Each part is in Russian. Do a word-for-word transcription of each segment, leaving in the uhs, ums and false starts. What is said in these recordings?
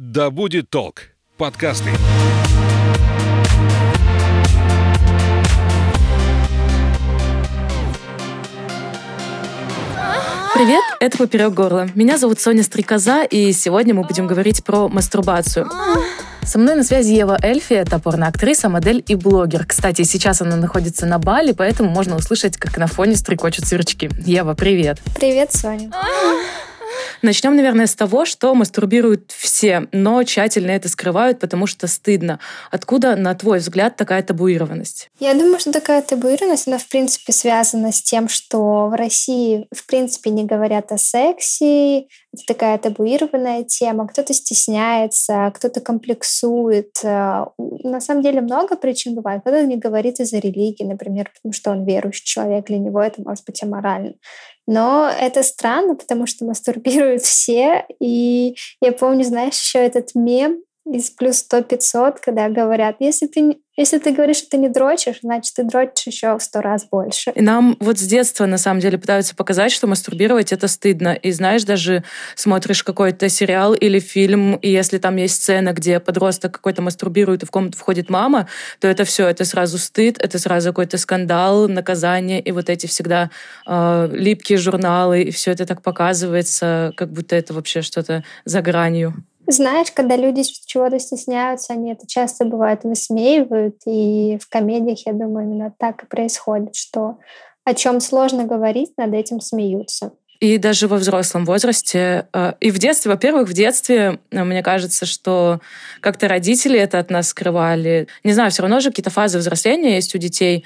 Да будет толк. Подкасты. Привет, это «Поперек горла». Меня зовут Соня Стрекоза, и сегодня мы будем говорить про мастурбацию. Со мной на связи Ева Эльфи, это порноактриса, модель и блогер. Кстати, сейчас она находится на Бали, поэтому можно услышать, как на фоне стрекочут сверчки. Ева, привет. Привет, Соня. Начнем, наверное, с того, что мастурбируют все, но тщательно это скрывают, потому что стыдно. Откуда, на твой взгляд, такая табуированность? Я думаю, что такая табуированность, она, в принципе, связана с тем, что в России, в принципе, не говорят о сексе. Это такая табуированная тема. Кто-то стесняется, кто-то комплексует. На самом деле много причин бывает. Кто-то не говорит из-за религии, например, потому что он верующий человек, для него это может быть аморально. Но это странно, потому что мастурбируют все. И я помню, знаешь, еще этот мем из плюс сто пятьсот, когда говорят, если ты, если ты говоришь, что ты не дрочишь, значит, ты дрочишь еще в сто раз больше. И нам вот с детства, на самом деле, пытаются показать, что мастурбировать — это стыдно. И знаешь, даже смотришь какой-то сериал или фильм, и если там есть сцена, где подросток какой-то мастурбирует, и в комнату входит мама, то это все, это сразу стыд, это сразу какой-то скандал, наказание, и вот эти всегда э, липкие журналы, и все это так показывается, как будто это вообще что-то за гранью. Знаешь, когда люди чего-то стесняются, они это часто бывает высмеивают, и в комедиях, я думаю, именно так и происходит, что о чем сложно говорить, над этим смеются. И даже во взрослом возрасте. И в детстве, во-первых, в детстве, мне кажется, что как-то родители это от нас скрывали. Не знаю, все равно же какие-то фазы взросления есть у детей.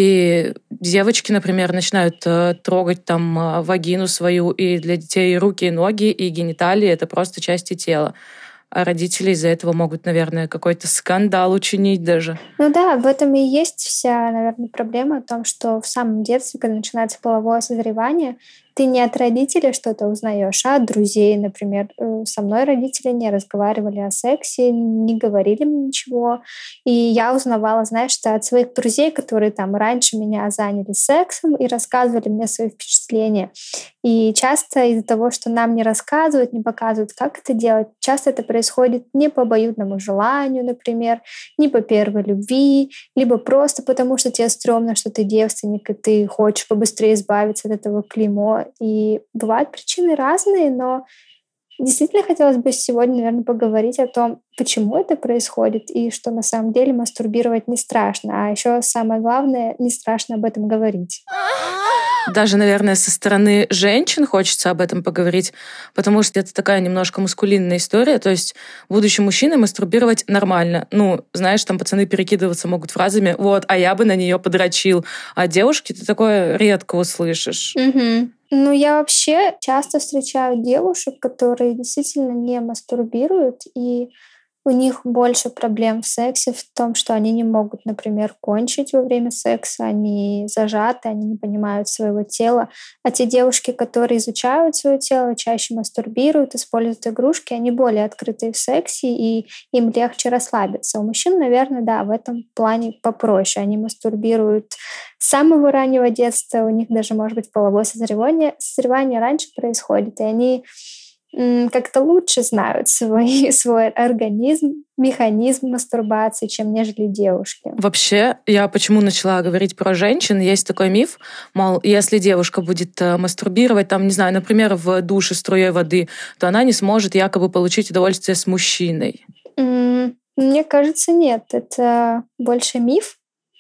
И девочки, например, начинают трогать там вагину свою, и для детей и руки, и ноги, и гениталии — это просто части тела. А родители из-за этого могут, наверное, какой-то скандал учинить даже. Ну да, в этом и есть вся, наверное, проблема о том, что в самом детстве, когда начинается половое созревание, ты не от родителей что-то узнаешь, а от друзей, например. Со мной родители не разговаривали о сексе, не говорили мне ничего. И я узнавала, знаешь, что от своих друзей, которые там раньше меня занялись сексом и рассказывали мне свои впечатления. И часто из-за того, что нам не рассказывают, не показывают, как это делать, часто это происходит не по обоюдному желанию, например, не по первой любви, либо просто потому, что тебе стрёмно, что ты девственник, и ты хочешь побыстрее избавиться от этого клеймо. И бывают причины разные, но действительно хотелось бы сегодня, наверное, поговорить о том, почему это происходит, и что на самом деле мастурбировать не страшно. А еще самое главное, не страшно об этом говорить. Даже, наверное, со стороны женщин хочется об этом поговорить, потому что это такая немножко маскулинная история. То есть будучи мужчиной, мастурбировать нормально. Ну, знаешь, там пацаны перекидываться могут фразами «вот, а я бы на нее подрочил». А девушки ты такое редко услышишь. Угу. Ну, я вообще часто встречаю девушек, которые действительно не мастурбируют, и у них больше проблем в сексе в том, что они не могут, например, кончить во время секса, они зажаты, они не понимают своего тела. А те девушки, которые изучают свое тело, чаще мастурбируют, используют игрушки, они более открыты в сексе, и им легче расслабиться. У мужчин, наверное, да, в этом плане попроще. Они мастурбируют с самого раннего детства, у них даже, может быть, половое созревание, созревание раньше происходит, и они как-то лучше знают свой, свой организм, механизм мастурбации, чем нежели девушки. Вообще, я почему начала говорить про женщин, есть такой миф, мол, если девушка будет мастурбировать, там, не знаю, например, в душе струей воды, то она не сможет якобы получить удовольствие с мужчиной. Mm, мне кажется, нет. Это больше миф,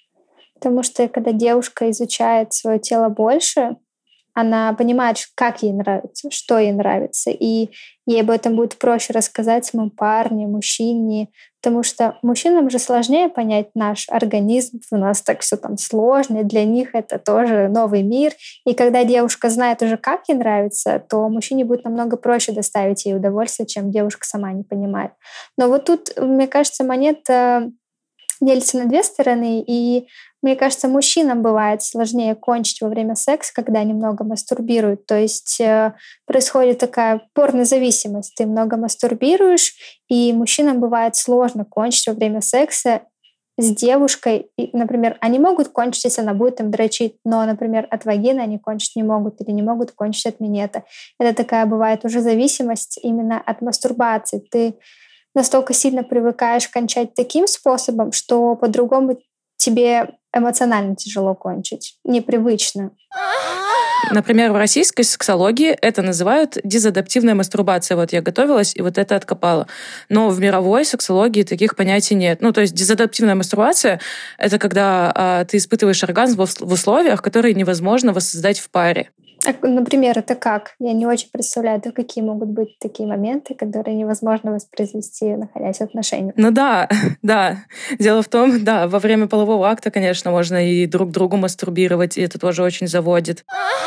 потому что когда девушка изучает свое тело больше, она понимает, как ей нравится, что ей нравится, и ей об этом будет проще рассказать своему парню, мужчине, потому что мужчинам же сложнее понять наш организм, у нас так все там сложно, и для них это тоже новый мир, и когда девушка знает уже, как ей нравится, то мужчине будет намного проще доставить ей удовольствие, чем девушка сама не понимает. Но вот тут, мне кажется, монета делится на две стороны, и мне кажется, мужчинам бывает сложнее кончить во время секса, когда они много мастурбируют. То есть э, происходит такая порнозависимость. Ты много мастурбируешь, и мужчинам бывает сложно кончить во время секса с девушкой. И, например, они могут кончить, если она будет им дрочить, но, например, от вагины они кончить не могут или не могут кончить от минета. Это такая бывает уже зависимость именно от мастурбации. Ты настолько сильно привыкаешь кончать таким способом, что по-другому тебе эмоционально тяжело кончить, непривычно. Например, в российской сексологии это называют дезадаптивная мастурбация. Вот я готовилась и вот это откопала. Но в мировой сексологии таких понятий нет. Ну, то есть дезадаптивная мастурбация — это когда а, ты испытываешь оргазм в условиях, которые невозможно воссоздать в паре. А, например, это как? Я не очень представляю, да, какие могут быть такие моменты, которые невозможно воспроизвести, находясь в отношениях. Ну да, да. Дело в том, да, во время полового акта, конечно, можно и друг другу мастурбировать, и это тоже очень заводит.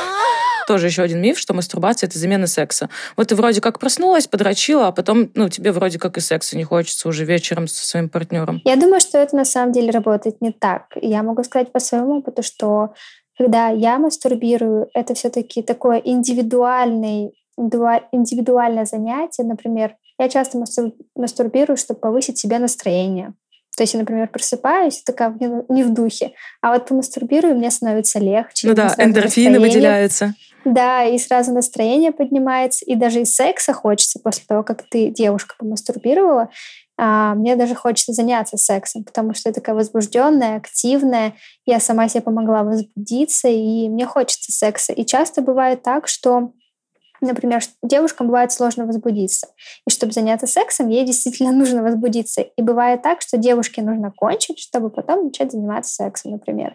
Тоже еще один миф, что мастурбация — это замена секса. Вот ты вроде как проснулась, подрочила, а потом, ну, тебе вроде как и секса не хочется уже вечером со своим партнером. Я думаю, что это на самом деле работает не так. Я могу сказать по своему опыту, что когда я мастурбирую, это все-таки такое индивидуальное, индивидуальное занятие. Например, я часто мастурбирую, чтобы повысить себе настроение. То есть я, например, просыпаюсь, такая не в духе, а вот помастурбирую, мне становится легче. Ну да, эндорфины выделяются. Да, и сразу настроение поднимается, и даже из секса хочется после того, как ты, девушка, помастурбировала, а, мне даже хочется заняться сексом, потому что я такая возбужденная, активная, я сама себе помогла возбудиться, и мне хочется секса. И часто бывает так, что, например, девушкам бывает сложно возбудиться. И чтобы заняться сексом, ей действительно нужно возбудиться. И бывает так, что девушке нужно кончить, чтобы потом начать заниматься сексом, например.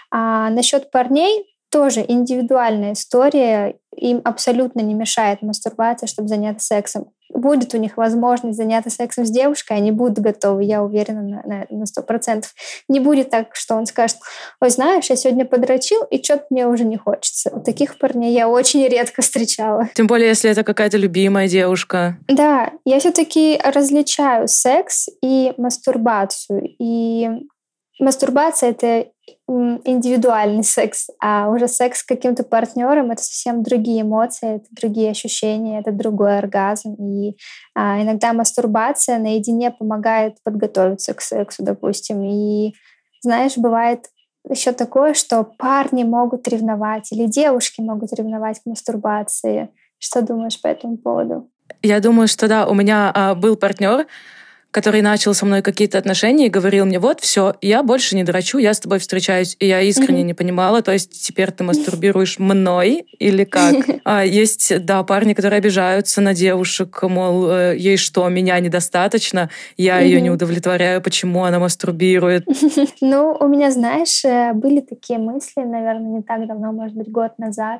А насчет парней тоже индивидуальная история. Им абсолютно не мешает мастурбация, чтобы заняться сексом. Будет у них возможность заняться сексом с девушкой, они будут готовы, я уверена на сто процентов. Не будет так, что он скажет: ой, знаешь, я сегодня подрочил, и что-то мне уже не хочется. Вот таких парней я очень редко встречала. Тем более, если это какая-то любимая девушка. Да, я все-таки различаю секс и мастурбацию. И мастурбация — это индивидуальный секс, а уже секс с каким-то партнером — это совсем другие эмоции, это другие ощущения, это другой оргазм. И а, иногда мастурбация наедине помогает подготовиться к сексу, допустим. И, знаешь, бывает еще такое, что парни могут ревновать или девушки могут ревновать к мастурбации. Что думаешь по этому поводу? Я думаю, что да, у меня а, был партнер, который начал со мной какие-то отношения и говорил мне: вот, все, я больше не дрочу, я с тобой встречаюсь. И я искренне mm-hmm. не понимала, то есть теперь ты мастурбируешь мной или как? А есть, да, парни, которые обижаются на девушек, мол, ей что, меня недостаточно, я mm-hmm. ее не удовлетворяю, почему она мастурбирует. Ну, у меня, знаешь, были такие мысли, наверное, не так давно, может быть, год назад,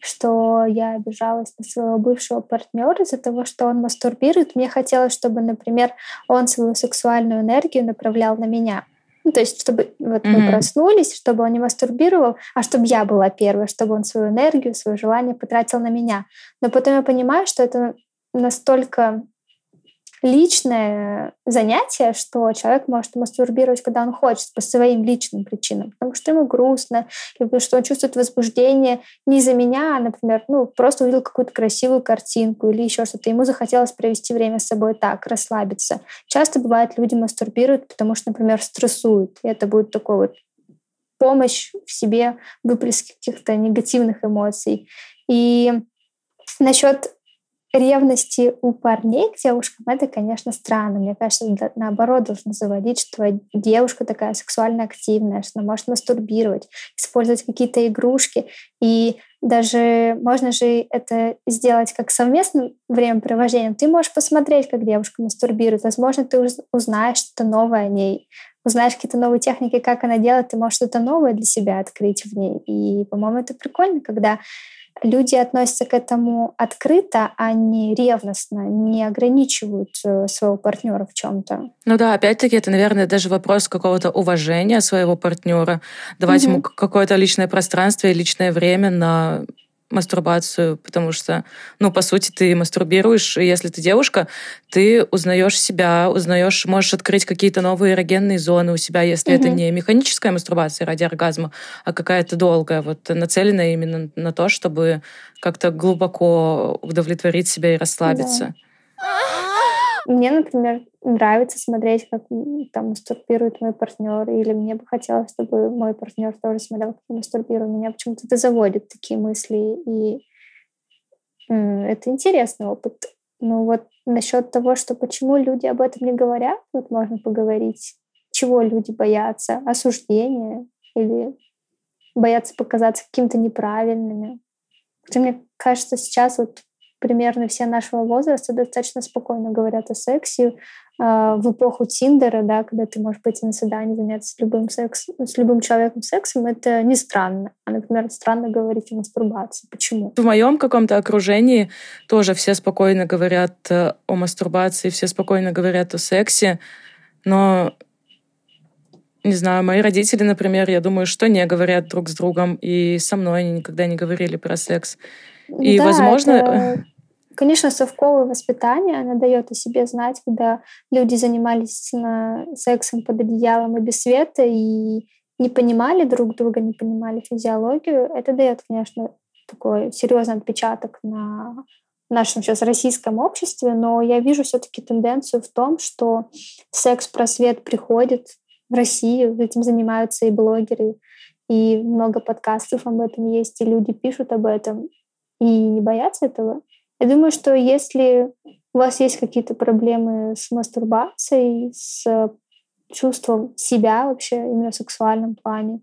что я обижалась на своего бывшего партнера из-за того, что он мастурбирует. Мне хотелось, чтобы, например, он свою сексуальную энергию направлял на меня. Ну, то есть, чтобы вот mm-hmm. мы проснулись, чтобы он не мастурбировал, а чтобы я была первой, чтобы он свою энергию, свое желание потратил на меня. Но потом я понимаю, что это настолько личное занятие, что человек может мастурбировать, когда он хочет, по своим личным причинам, потому что ему грустно, или потому что он чувствует возбуждение не из-за меня, а, например, ну, просто увидел какую-то красивую картинку или еще что-то. Ему захотелось провести время с собой так, расслабиться. Часто бывает, люди мастурбируют, потому что, например, стрессуют. И это будет такой вот помощь в себе, выплеск каких-то негативных эмоций. И насчет ревности у парней к девушкам — это, конечно, странно. Мне кажется, это наоборот должно заводить, что твоя девушка такая сексуально активная, что она может мастурбировать, использовать какие-то игрушки. И даже можно же это сделать как совместным времяпровождением. Ты можешь посмотреть, как девушка мастурбирует. Возможно, ты узнаешь что-то новое о ней, узнаешь какие-то новые техники, как она делает, ты можешь что-то новое для себя открыть в ней. И, по-моему, это прикольно, когда люди относятся к этому открыто, а не ревностно, не ограничивают своего партнера в чем-то. Ну да, опять-таки, это, наверное, даже вопрос какого-то уважения своего партнера, давать mm-hmm. ему какое-то личное пространство и личное время на мастурбацию, потому что, ну, по сути, ты мастурбируешь, и если ты девушка, ты узнаешь себя, узнаешь, можешь открыть какие-то новые эрогенные зоны у себя, если mm-hmm. это не механическая мастурбация ради оргазма, а какая-то долгая, вот нацеленная именно на то, чтобы как-то глубоко удовлетворить себя и расслабиться. Да. Мне, например, нравится смотреть, как там мастурбирует мой партнер, или мне бы хотелось, чтобы мой партнер тоже смотрел, как я мастурбирую. Меня почему-то это заводит, такие мысли, и м- это интересный опыт. Ну вот насчет того, что почему люди об этом не говорят, вот можно поговорить. Чего люди боятся? Осуждения? Или боятся показаться каким-то неправильными? Хотя мне кажется, сейчас вот примерно все нашего возраста достаточно спокойно говорят о сексе. В эпоху Тиндера, да, когда ты можешь пойти на свидание, заняться с любым, секс, с любым человеком сексом, это не странно. А, например, странно говорить о мастурбации. Почему? В моем каком-то окружении тоже все спокойно говорят о мастурбации, все спокойно говорят о сексе, но, не знаю, мои родители, например, я думаю, что не говорят друг с другом, и со мной они никогда не говорили про секс. И, да, возможно... Это... Конечно, совковое воспитание, оно дает о себе знать, когда люди занимались сексом под одеялом и без света, и не понимали друг друга, не понимали физиологию. Это дает, конечно, такой серьезный отпечаток на нашем сейчас российском обществе, но я вижу все-таки тенденцию в том, что секс-просвет приходит в Россию, этим занимаются и блогеры, и много подкастов об этом есть, и люди пишут об этом, и не боятся этого. Я думаю, что если у вас есть какие-то проблемы с мастурбацией, с чувством себя вообще именно в сексуальном плане,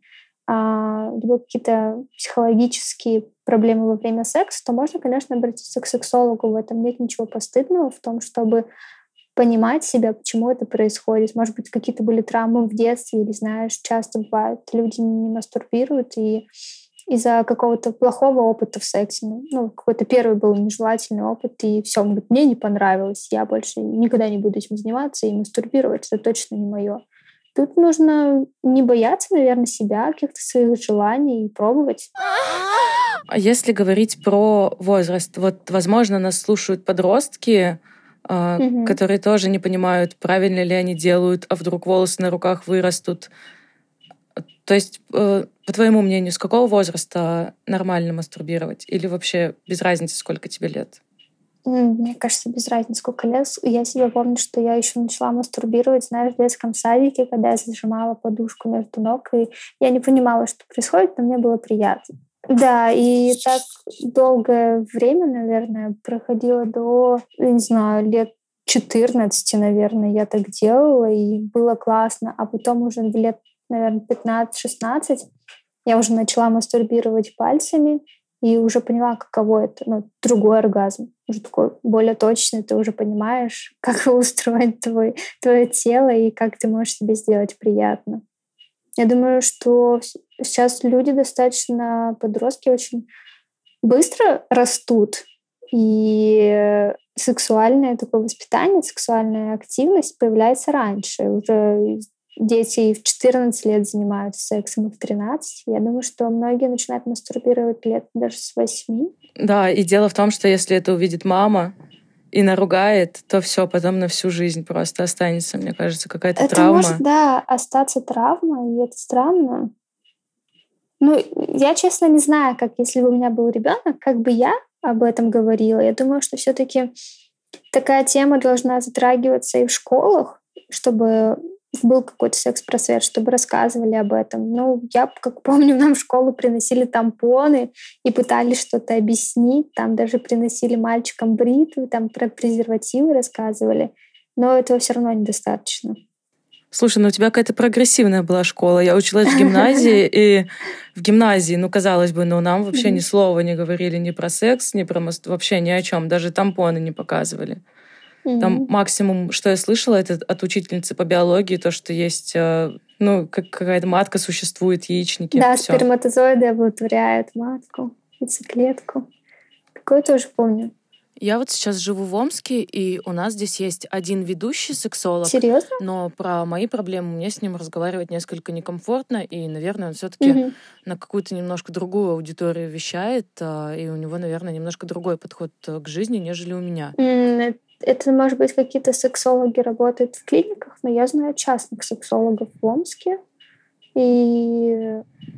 либо какие-то психологические проблемы во время секса, то можно, конечно, обратиться к сексологу. В этом нет ничего постыдного в том, чтобы понимать себя, почему это происходит. Может быть, какие-то были травмы в детстве, или, знаешь, часто бывает, люди не мастурбируют, и из-за какого-то плохого опыта в сексе. Ну, какой-то первый был нежелательный опыт, и все, мне не понравилось, я больше никогда не буду этим заниматься, и мастурбировать — это точно не мое. Тут нужно не бояться, наверное, себя, каких-то своих желаний и пробовать. А если говорить про возраст, вот, возможно, нас слушают подростки, э, угу. которые тоже не понимают, правильно ли они делают, а вдруг волосы на руках вырастут. То есть, э, по твоему мнению, с какого возраста нормально мастурбировать? Или вообще без разницы, сколько тебе лет? Мне кажется, без разницы, сколько лет. Я себя помню, что я еще начала мастурбировать, знаешь, в детском садике, когда я зажимала подушку между ног, и я не понимала, что происходит, но мне было приятно. Да, и так долгое время, наверное, проходило до, я не знаю, лет четырнадцати, наверное, я так делала, и было классно. А потом уже в лет, наверное, пятнадцать-шестнадцать я уже начала мастурбировать пальцами и уже поняла, каково это, ну, другой оргазм, уже такой более точный, ты уже понимаешь, как устроен твой, твое тело и как ты можешь себе сделать приятно. Я думаю, что сейчас люди достаточно, подростки, очень быстро растут, и сексуальное такое воспитание, сексуальная активность появляется раньше. Уже дети в четырнадцать лет занимаются сексом, и в тринадцать. Я думаю, что многие начинают мастурбировать лет даже с восьми. Да, и дело в том, что если это увидит мама и наругает, то все, потом на всю жизнь просто останется, мне кажется, какая-то это травма. Это может, да, остаться травма, и это странно. Ну, я, честно, не знаю, как если бы у меня был ребенок, как бы я об этом говорила. Я думаю, что все-таки такая тема должна затрагиваться и в школах, чтобы был какой-то секс-просвет, чтобы рассказывали об этом. Ну, я, как помню, нам в школу приносили тампоны и пытались что-то объяснить. Там даже приносили мальчикам бритвы, там про презервативы рассказывали. Но этого все равно недостаточно. Слушай, ну у тебя какая-то прогрессивная была школа. Я училась в гимназии, и в гимназии, ну, казалось бы, ну, нам вообще ни слова не говорили ни про секс, ни про мост, вообще ни о чем. Даже тампоны не показывали. Mm-hmm. Там максимум, что я слышала, это от учительницы по биологии, то, что есть, ну, как какая-то матка существует, яичники. Да, всё. Сперматозоиды оплодотворяют матку, яйцеклетку. Такое тоже помню. Я вот сейчас живу в Омске, и у нас здесь есть один ведущий сексолог. Серьезно? Но про мои проблемы мне с ним разговаривать несколько некомфортно, и, наверное, он все-таки Mm-hmm. на какую-то немножко другую аудиторию вещает, и у него, наверное, немножко другой подход к жизни, нежели у меня. Mm-hmm. Это, может быть, какие-то сексологи работают в клиниках, но я знаю частных сексологов в Омске. И,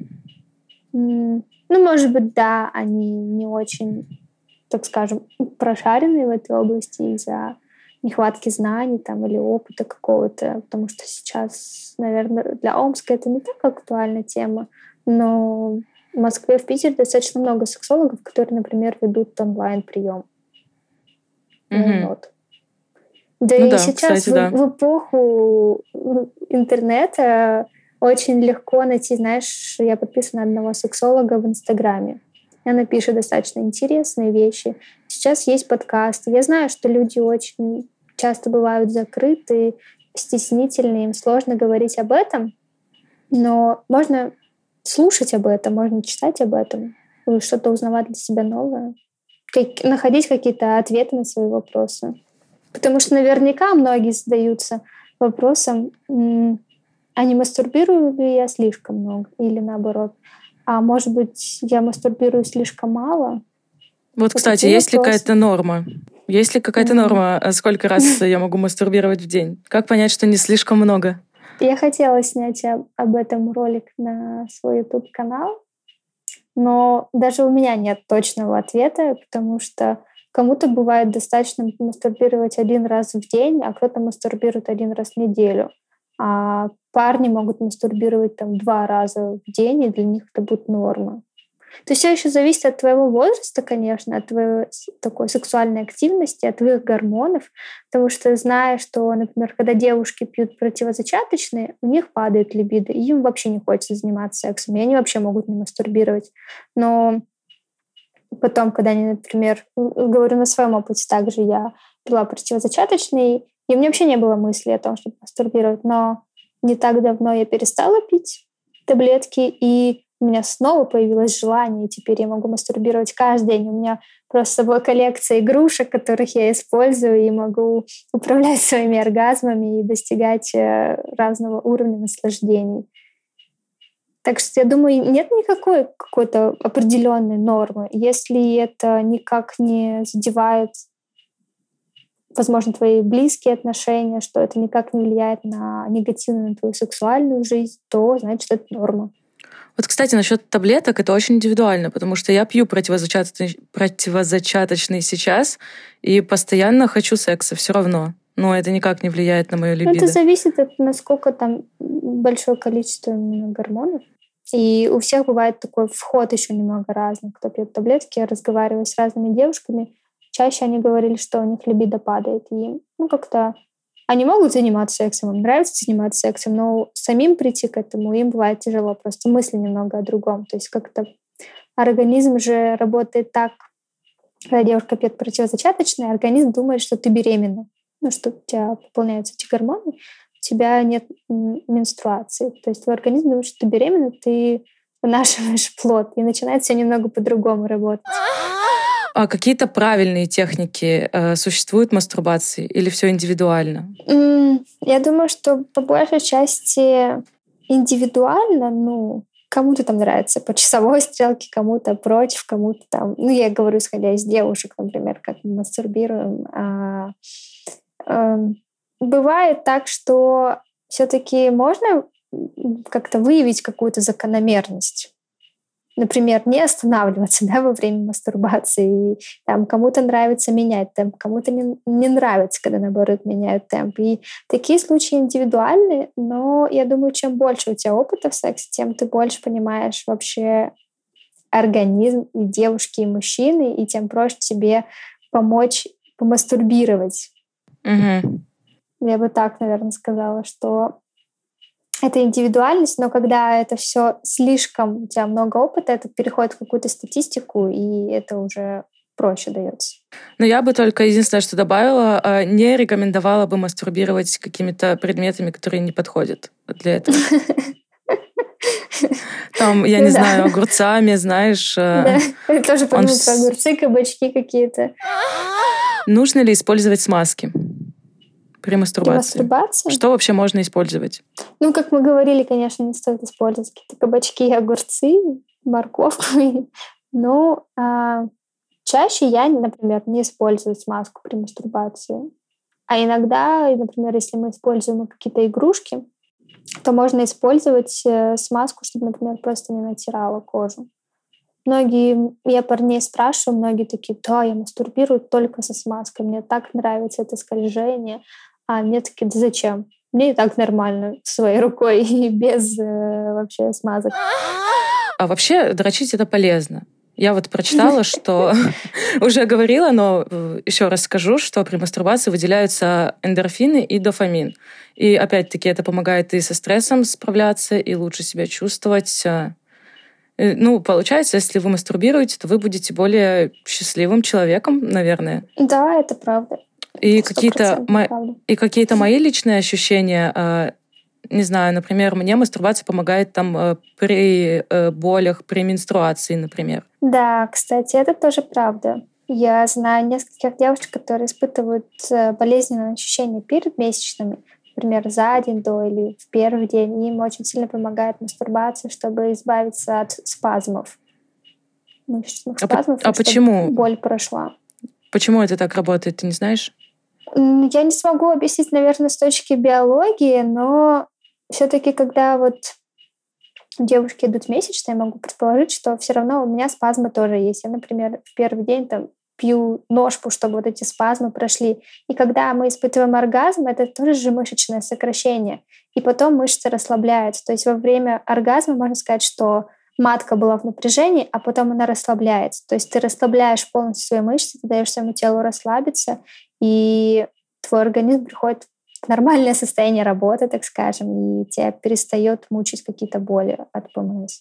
ну, может быть, да, они не очень, так скажем, прошаренные в этой области из-за нехватки знаний там, или опыта какого-то, потому что сейчас, наверное, для Омска это не так актуальная тема, но в Москве, в Питере достаточно много сексологов, которые, например, ведут онлайн-прием. Mm-hmm. Да ну и да, сейчас кстати, в, да. в эпоху интернета очень легко найти, знаешь, я подписана на одного сексолога в Инстаграме. И она пишет достаточно интересные вещи. Сейчас есть подкасты. Я знаю, что люди очень часто бывают закрыты, стеснительные, им сложно говорить об этом, но можно слушать об этом, можно читать об этом, что-то узнавать для себя новое, как, находить какие-то ответы на свои вопросы. Потому что наверняка многие задаются вопросом, а не мастурбирую ли я слишком много? Или наоборот, а может быть, я мастурбирую слишком мало? Вот, это кстати, есть ли какая-то норма? Есть ли какая-то mm-hmm. норма, сколько раз я могу мастурбировать в день? Как понять, что не слишком много? Я хотела снять об этом ролик на свой YouTube-канал, но даже у меня нет точного ответа, потому что кому-то бывает достаточно мастурбировать один раз в день, а кто-то мастурбирует один раз в неделю. А парни могут мастурбировать там два раза в день, и для них это будет норма. То есть все еще зависит от твоего возраста, конечно, от твоей такой сексуальной активности, от твоих гормонов, потому что зная, что, например, когда девушки пьют противозачаточные, у них падает либидо, и им вообще не хочется заниматься сексом, и они вообще могут не мастурбировать. Но потом, когда они, например, говорю на своем опыте, также я пила противозачаточные, и у меня вообще не было мысли о том, чтобы мастурбировать, но не так давно я перестала пить таблетки, и у меня снова появилось желание, и теперь я могу мастурбировать каждый день. У меня просто с собой коллекция игрушек, которых я использую, и могу управлять своими оргазмами и достигать разного уровня наслаждений. Так что я думаю, нет никакой какой-то определенной нормы. Если это никак не задевает, возможно, твои близкие отношения, что это никак не влияет на негативно на твою сексуальную жизнь, то значит это норма. Вот, кстати, насчет таблеток это очень индивидуально, потому что я пью противозачаточный, противозачаточный сейчас и постоянно хочу секса все равно. Но это никак не влияет на мою либидо. Это зависит от насколько там большое количество гормонов. И у всех бывает такой вход еще немного разный. Кто пьет таблетки, я разговариваю с разными девушками, чаще они говорили, что у них либидо падает. И ну, как-то они могут заниматься сексом, им нравится заниматься сексом, но самим прийти к этому им бывает тяжело. Просто мысли немного о другом. То есть как-то организм же работает так, когда девушка пьет противозачаточное, организм думает, что ты беременна. Ну, что у тебя пополняются эти гормоны, у тебя нет менструации. То есть твой организм думает, что ты беременна, ты вынашиваешь плод, и начинает все немного по-другому работать. А какие-то правильные техники э, существуют мастурбации или все индивидуально? Mm, я думаю, что по большей части индивидуально, ну, кому-то там нравится по часовой стрелке, кому-то против, кому-то там... Ну, я говорю, исходя из девушек, например, как мы мастурбируем. А, а, бывает так, что все-таки можно как-то выявить какую-то закономерность. Например, не останавливаться, да, во время мастурбации. И, там, кому-то нравится менять темп, кому-то не, не нравится, когда, наоборот, меняют темп. И такие случаи индивидуальны, но я думаю, чем больше у тебя опыта в сексе, тем ты больше понимаешь вообще организм и девушки, и мужчины, и тем проще тебе помочь помастурбировать. Угу. Я бы так, наверное, сказала, что это индивидуальность, но когда это все слишком, у тебя много опыта, это переходит в какую-то статистику, и это уже проще дается. Но я бы только единственное, что добавила, не рекомендовала бы мастурбировать какими-то предметами, которые не подходят для этого. Там, я не знаю, огурцами, знаешь... Да, я тоже подумала про огурцы, кабачки какие-то. Нужно ли использовать смазки при мастурбации? При мастурбации? Что вообще можно использовать? Ну, как мы говорили, конечно, не стоит использовать какие-то кабачки и огурцы, морковку. Но а, чаще я, например, не использую смазку при мастурбации. А иногда, например, если мы используем какие-то игрушки, то можно использовать смазку, чтобы, например, просто не натирала кожу. Многие, я парней спрашиваю, многие такие: да, я мастурбирую только со смазкой, мне так нравится это скольжение. А мне такие: да зачем? Мне и так нормально своей рукой и без э, вообще смазок. А вообще дрочить это полезно. Я вот прочитала, что уже говорила, но еще раз скажу, что при мастурбации выделяются эндорфины и дофамин. И опять-таки это помогает и со стрессом справляться, и лучше себя чувствовать. Ну, получается, если вы мастурбируете, то вы будете более счастливым человеком, наверное. Да, это правда. И какие-то, мо- и какие-то мои личные ощущения, не знаю, например, мне мастурбация помогает там при болях, при менструации, например. Да, кстати, это тоже правда. Я знаю нескольких девушек, которые испытывают болезненные ощущения перед месячными, например, за день до или в первый день. И им очень сильно помогает мастурбация, чтобы избавиться от спазмов. Мышечных спазмов, а, а почему? Боль прошла. Почему это так работает, ты не знаешь? Я не смогу объяснить, наверное, с точки биологии, но все-таки, когда вот у девушки идут месячные, я могу предположить, что все равно у меня спазмы тоже есть. Я, например, в первый день там пью ножку, чтобы вот эти спазмы прошли. И когда мы испытываем оргазм, это тоже же мышечное сокращение. И потом мышцы расслабляются. То есть во время оргазма можно сказать, что матка была в напряжении, а потом она расслабляется. То есть ты расслабляешь полностью свои мышцы, ты даешь своему телу расслабиться, и твой организм приходит в нормальное состояние работы, так скажем, и тебя перестает мучить какие-то боли от ПМС.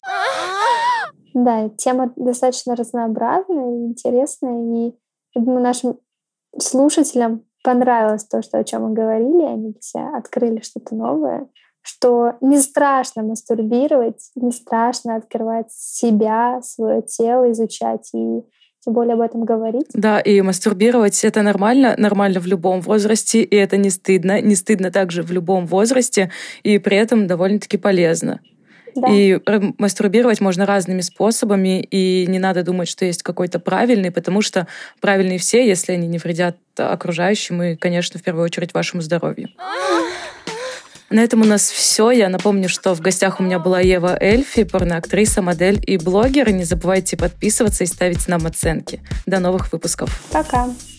Да, тема достаточно разнообразная и интересная, и я думаю, нашим слушателям понравилось то, что, о чем мы говорили, они для себя открыли что-то новое, что не страшно мастурбировать, не страшно открывать себя, свое тело, изучать и тем более об этом говорить. Да, и мастурбировать — это нормально, нормально в любом возрасте, и это не стыдно, не стыдно также в любом возрасте, и при этом довольно-таки полезно. Да. И мастурбировать можно разными способами, и не надо думать, что есть какой-то правильный, потому что правильные все, если они не вредят окружающим и, конечно, в первую очередь вашему здоровью. На этом у нас все. Я напомню, что в гостях у меня была Ева Эльфи, порноактриса, модель и блогер. И не забывайте подписываться и ставить нам оценки. До новых выпусков. Пока.